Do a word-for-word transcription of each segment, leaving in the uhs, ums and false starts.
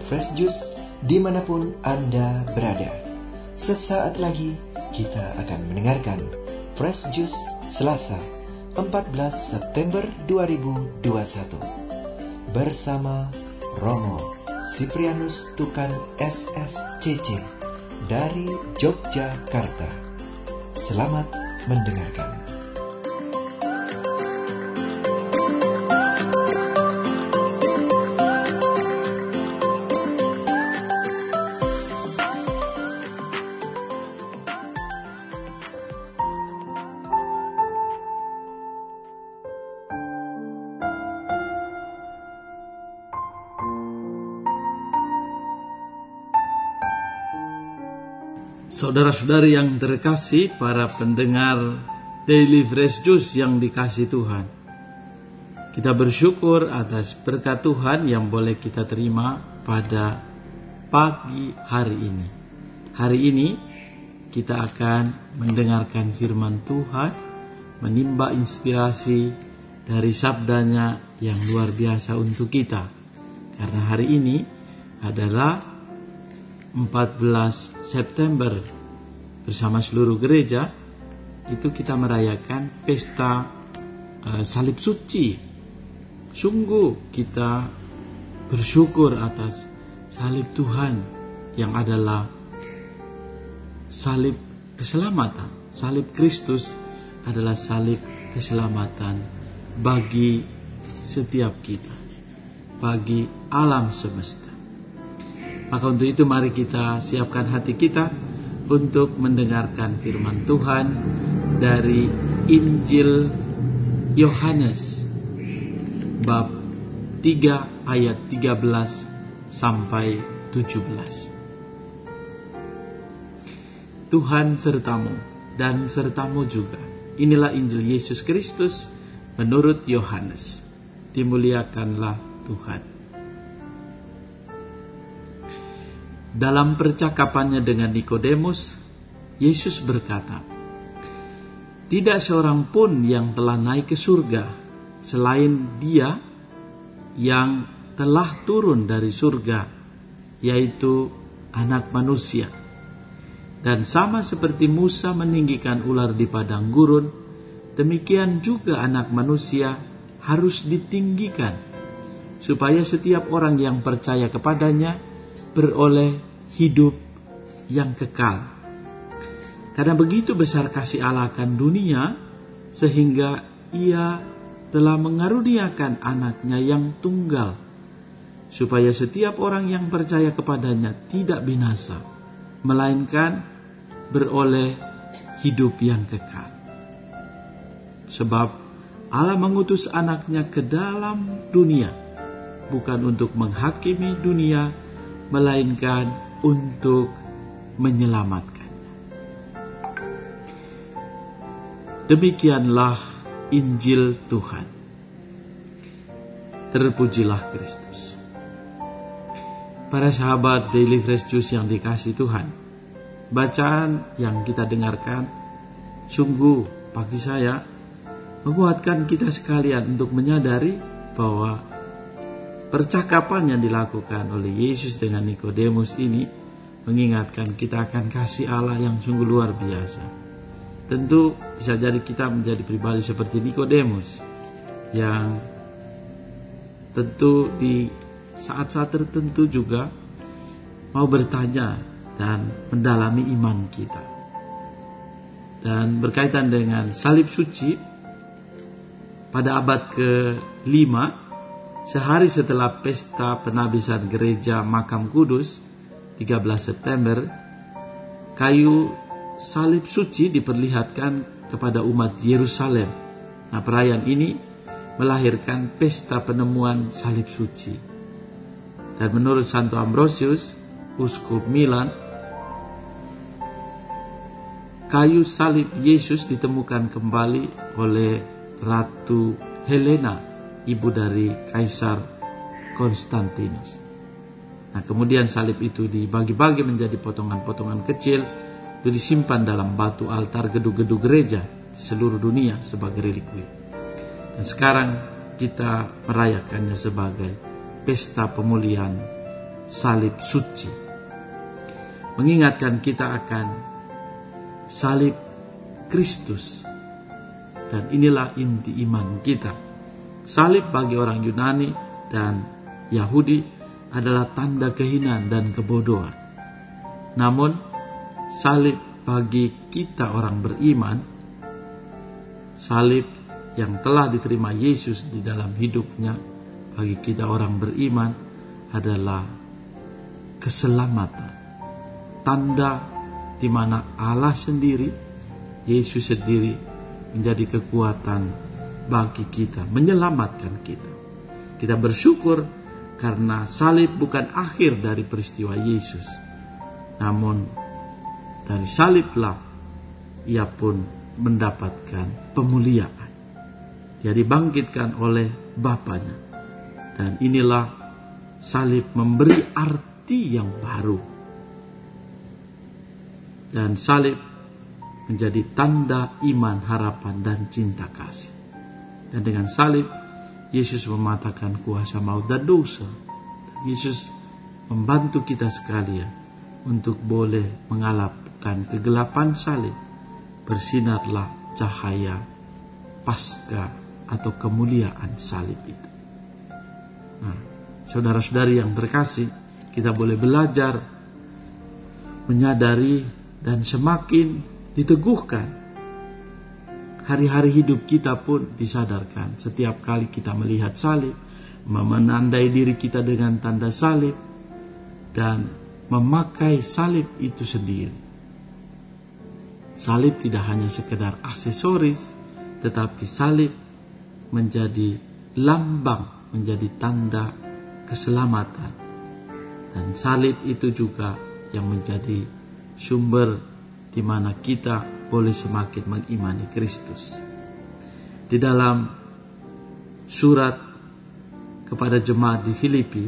Fresh Juice dimanapun Anda berada. Sesaat lagi kita akan mendengarkan Fresh Juice Selasa empat belas September dua ribu dua puluh satu bersama Romo Siprianus Tukan S S C C dari Yogyakarta. Selamat mendengarkan. Saudara-saudari yang terkasih, para pendengar Daily Fresh Juice yang dikasih Tuhan, kita bersyukur atas berkat Tuhan yang boleh kita terima pada pagi hari ini. Hari ini kita akan mendengarkan firman Tuhan, menimba inspirasi dari sabdanya yang luar biasa untuk kita. Karena hari ini adalah empat belas September, bersama seluruh gereja itu kita merayakan pesta uh, salib suci. Sungguh kita bersyukur atas salib Tuhan yang adalah salib keselamatan. Salib Kristus adalah salib keselamatan bagi setiap kita, bagi alam semesta. Maka untuk itu mari kita siapkan hati kita untuk mendengarkan firman Tuhan dari Injil Yohanes bab tiga ayat tiga belas sampai tujuh belas. Tuhan sertamu dan sertamu juga. Inilah Injil Yesus Kristus menurut Yohanes. Dimuliakanlah Tuhan. Dalam percakapannya dengan Nikodemus, Yesus berkata, "Tidak seorang pun yang telah naik ke surga selain Dia yang telah turun dari surga, yaitu Anak Manusia. Dan sama seperti Musa meninggikan ular di padang gurun, demikian juga Anak Manusia harus ditinggikan, supaya setiap orang yang percaya kepadanya beroleh hidup yang kekal. Karena begitu besar kasih Allah akan dunia, sehingga Ia telah mengaruniakan anaknya yang tunggal, supaya setiap orang yang percaya kepadanya tidak binasa, melainkan beroleh hidup yang kekal. Sebab Allah mengutus anaknya ke dalam dunia, bukan untuk menghakimi dunia, melainkan untuk menyelamatkannya." Demikianlah Injil Tuhan. Terpujilah Kristus. Para sahabat Daily Fresh Juice yang dikasih Tuhan, bacaan yang kita dengarkan sungguh bagi saya menguatkan kita sekalian untuk menyadari bahwa percakapan yang dilakukan oleh Yesus dengan Nikodemus ini mengingatkan kita akan kasih Allah yang sungguh luar biasa. Tentu bisa jadi kita menjadi pribadi seperti Nikodemus yang tentu di saat-saat tertentu juga mau bertanya dan mendalami iman kita. Dan berkaitan dengan salib suci, pada abad kelima, sehari setelah pesta penabisan gereja Makam Kudus, tiga belas September, kayu salib suci diperlihatkan kepada umat Yerusalem. Nah, perayaan ini melahirkan pesta penemuan salib suci. Dan menurut Santo Ambrosius, Uskup Milan, kayu salib Yesus ditemukan kembali oleh Ratu Helena, ibu dari Kaisar Konstantinus. Nah, kemudian salib itu dibagi-bagi menjadi potongan-potongan kecil, itu disimpan dalam batu altar gedung-gedung gereja di seluruh dunia sebagai relikwi. Dan sekarang kita merayakannya sebagai pesta pemulihan salib suci, mengingatkan kita akan salib Kristus. Dan inilah inti iman kita. Salib bagi orang Yunani dan Yahudi adalah tanda kehinaan dan kebodohan. Namun salib bagi kita orang beriman, salib yang telah diterima Yesus di dalam hidupnya, bagi kita orang beriman adalah keselamatan. Tanda di mana Allah sendiri, Yesus sendiri menjadi kekuatan bagi kita, menyelamatkan kita. Kita bersyukur karena salib bukan akhir dari peristiwa Yesus, namun dari saliblah ia pun mendapatkan pemuliaan. Dia dibangkitkan oleh Bapanya. Dan inilah salib memberi arti yang baru. Dan salib menjadi tanda iman, harapan, dan cinta kasih. Dan dengan salib, Yesus mematahkan kuasa maut dan dosa. Yesus membantu kita sekalian untuk boleh mengalahkan kegelapan salib. Bersinarlah cahaya pasca atau kemuliaan salib itu. Nah, saudara-saudari yang terkasih, kita boleh belajar, menyadari, dan semakin diteguhkan. Hari-hari hidup kita pun disadarkan. Setiap kali kita melihat salib, menandai diri kita dengan tanda salib, dan memakai salib itu sendiri. Salib tidak hanya sekedar aksesoris, tetapi salib menjadi lambang, menjadi tanda keselamatan. Dan salib itu juga yang menjadi sumber di mana kita boleh semakin mengimani Kristus. Di dalam surat kepada jemaat di Filipi,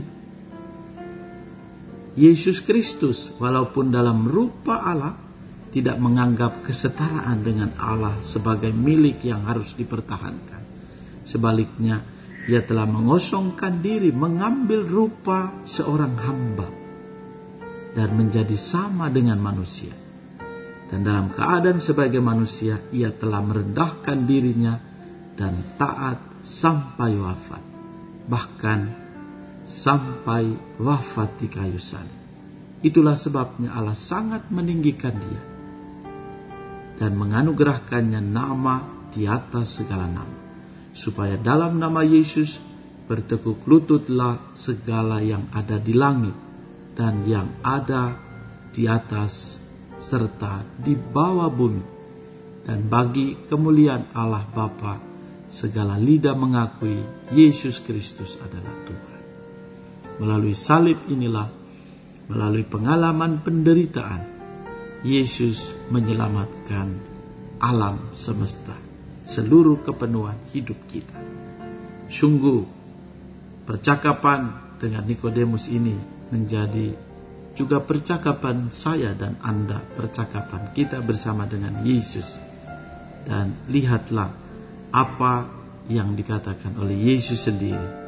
Yesus Kristus walaupun dalam rupa Allah tidak menganggap kesetaraan dengan Allah sebagai milik yang harus dipertahankan. Sebaliknya, ia telah mengosongkan diri, mengambil rupa seorang hamba dan menjadi sama dengan manusia. Dan dalam keadaan sebagai manusia, ia telah merendahkan dirinya dan taat sampai wafat. Bahkan sampai wafat di kayu salib. Itulah sebabnya Allah sangat meninggikan dia dan menganugerahkannya nama di atas segala nama, supaya dalam nama Yesus bertekuk lututlah segala yang ada di langit dan yang ada di atas serta di bawah bumi, dan bagi kemuliaan Allah Bapa segala lidah mengakui Yesus Kristus adalah Tuhan. Melalui salib inilah, melalui pengalaman penderitaan, Yesus menyelamatkan alam semesta, seluruh kepenuhan hidup kita. Sungguh percakapan dengan Nikodemus ini menjadi juga percakapan saya dan Anda, percakapan kita bersama dengan Yesus. Dan lihatlah apa yang dikatakan oleh Yesus sendiri.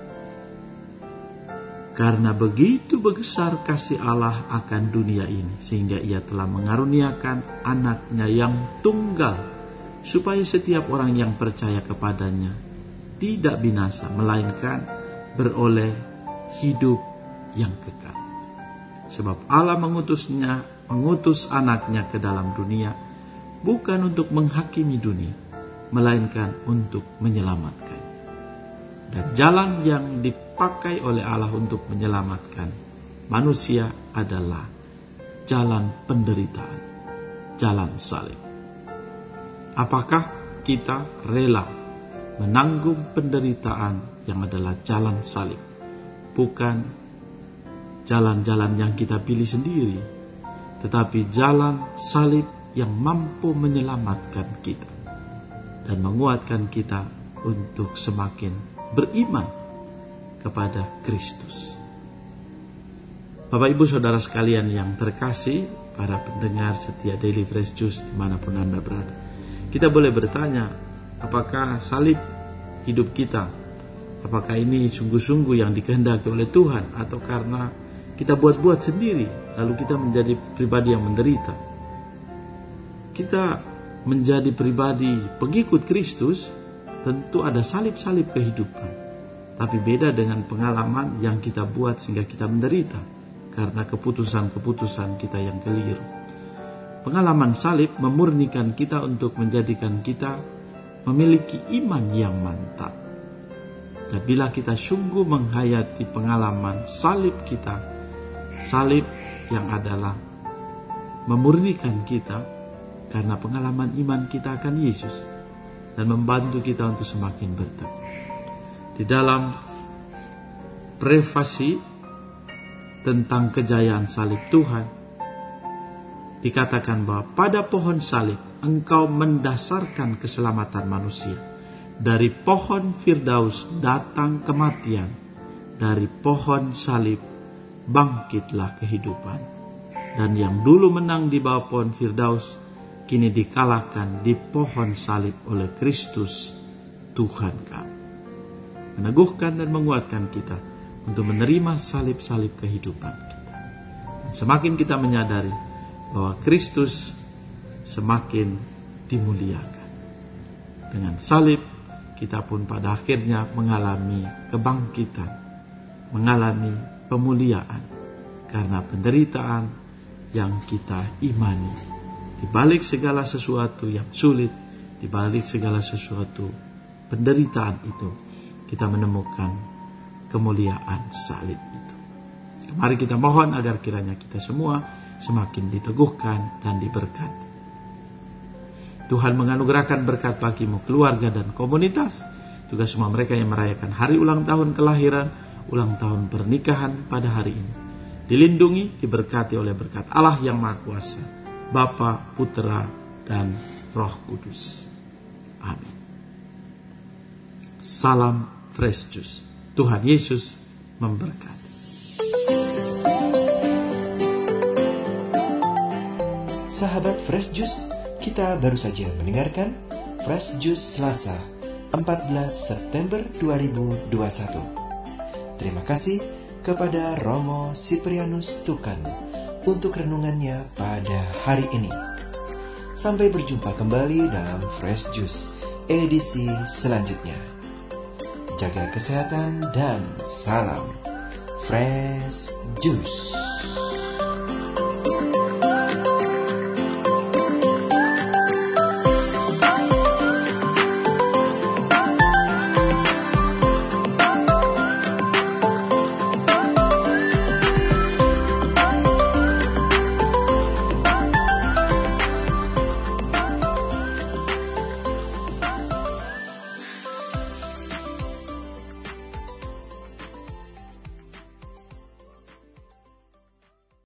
Karena begitu besar kasih Allah akan dunia ini, sehingga ia telah mengaruniakan anaknya yang tunggal, supaya setiap orang yang percaya kepadanya tidak binasa, melainkan beroleh hidup yang kekal. Sebab Allah mengutusnya, mengutus anaknya ke dalam dunia, bukan untuk menghakimi dunia, melainkan untuk menyelamatkan. Dan jalan yang dipakai oleh Allah untuk menyelamatkan manusia adalah jalan penderitaan, jalan salib. Apakah kita rela menanggung penderitaan yang adalah jalan salib? Bukan jalan-jalan yang kita pilih sendiri, tetapi jalan salib yang mampu menyelamatkan kita dan menguatkan kita untuk semakin beriman kepada Kristus. Bapak Ibu Saudara sekalian yang terkasih, para pendengar setia Daily Fresh Juice dimanapun Anda berada, kita boleh bertanya, apakah salib hidup kita, apakah ini sungguh-sungguh yang dikehendaki oleh Tuhan, atau karena kita buat-buat sendiri, lalu kita menjadi pribadi yang menderita. Kita menjadi pribadi pengikut Kristus, tentu ada salib-salib kehidupan. Tapi beda dengan pengalaman yang kita buat sehingga kita menderita karena keputusan-keputusan kita yang keliru. Pengalaman salib memurnikan kita untuk menjadikan kita memiliki iman yang mantap. Dan bila kita sungguh menghayati pengalaman salib kita, salib yang adalah memurnikan kita karena pengalaman iman kita akan Yesus dan membantu kita untuk semakin bertekun. Di dalam prefasi tentang kejayaan salib Tuhan dikatakan bahwa pada pohon salib engkau mendasarkan keselamatan manusia. Dari pohon Firdaus datang kematian, dari pohon salib bangkitlah kehidupan. Dan yang dulu menang di bawah pohon Firdaus kini dikalahkan di pohon salib oleh Kristus Tuhan kami. Meneguhkan dan menguatkan kita untuk menerima salib-salib kehidupan kita. Dan semakin kita menyadari bahwa Kristus semakin dimuliakan. Dengan salib kita pun pada akhirnya mengalami kebangkitan, mengalami pemuliaan karena penderitaan yang kita imani. Di balik segala sesuatu yang sulit, di balik segala sesuatu penderitaan itu, kita menemukan kemuliaan salib itu. Mari kita mohon agar kiranya kita semua semakin diteguhkan dan diberkati. Tuhan menganugerahkan berkat bagimu, keluarga dan komunitas, juga semua mereka yang merayakan hari ulang tahun kelahiran, ulang tahun pernikahan pada hari ini. Dilindungi, diberkati oleh berkat Allah yang Maha Kuasa, Bapa, Putra, dan Roh Kudus. Amin. Salam Fresh Juice. Tuhan Yesus memberkati. Sahabat Fresh Juice, kita baru saja mendengarkan Fresh Juice Selasa empat belas September dua ribu dua puluh satu. Terima kasih kepada Romo Siprianus Tukan untuk renungannya pada hari ini. Sampai berjumpa kembali dalam Fresh Juice edisi selanjutnya. Jaga kesehatan dan salam Fresh Juice.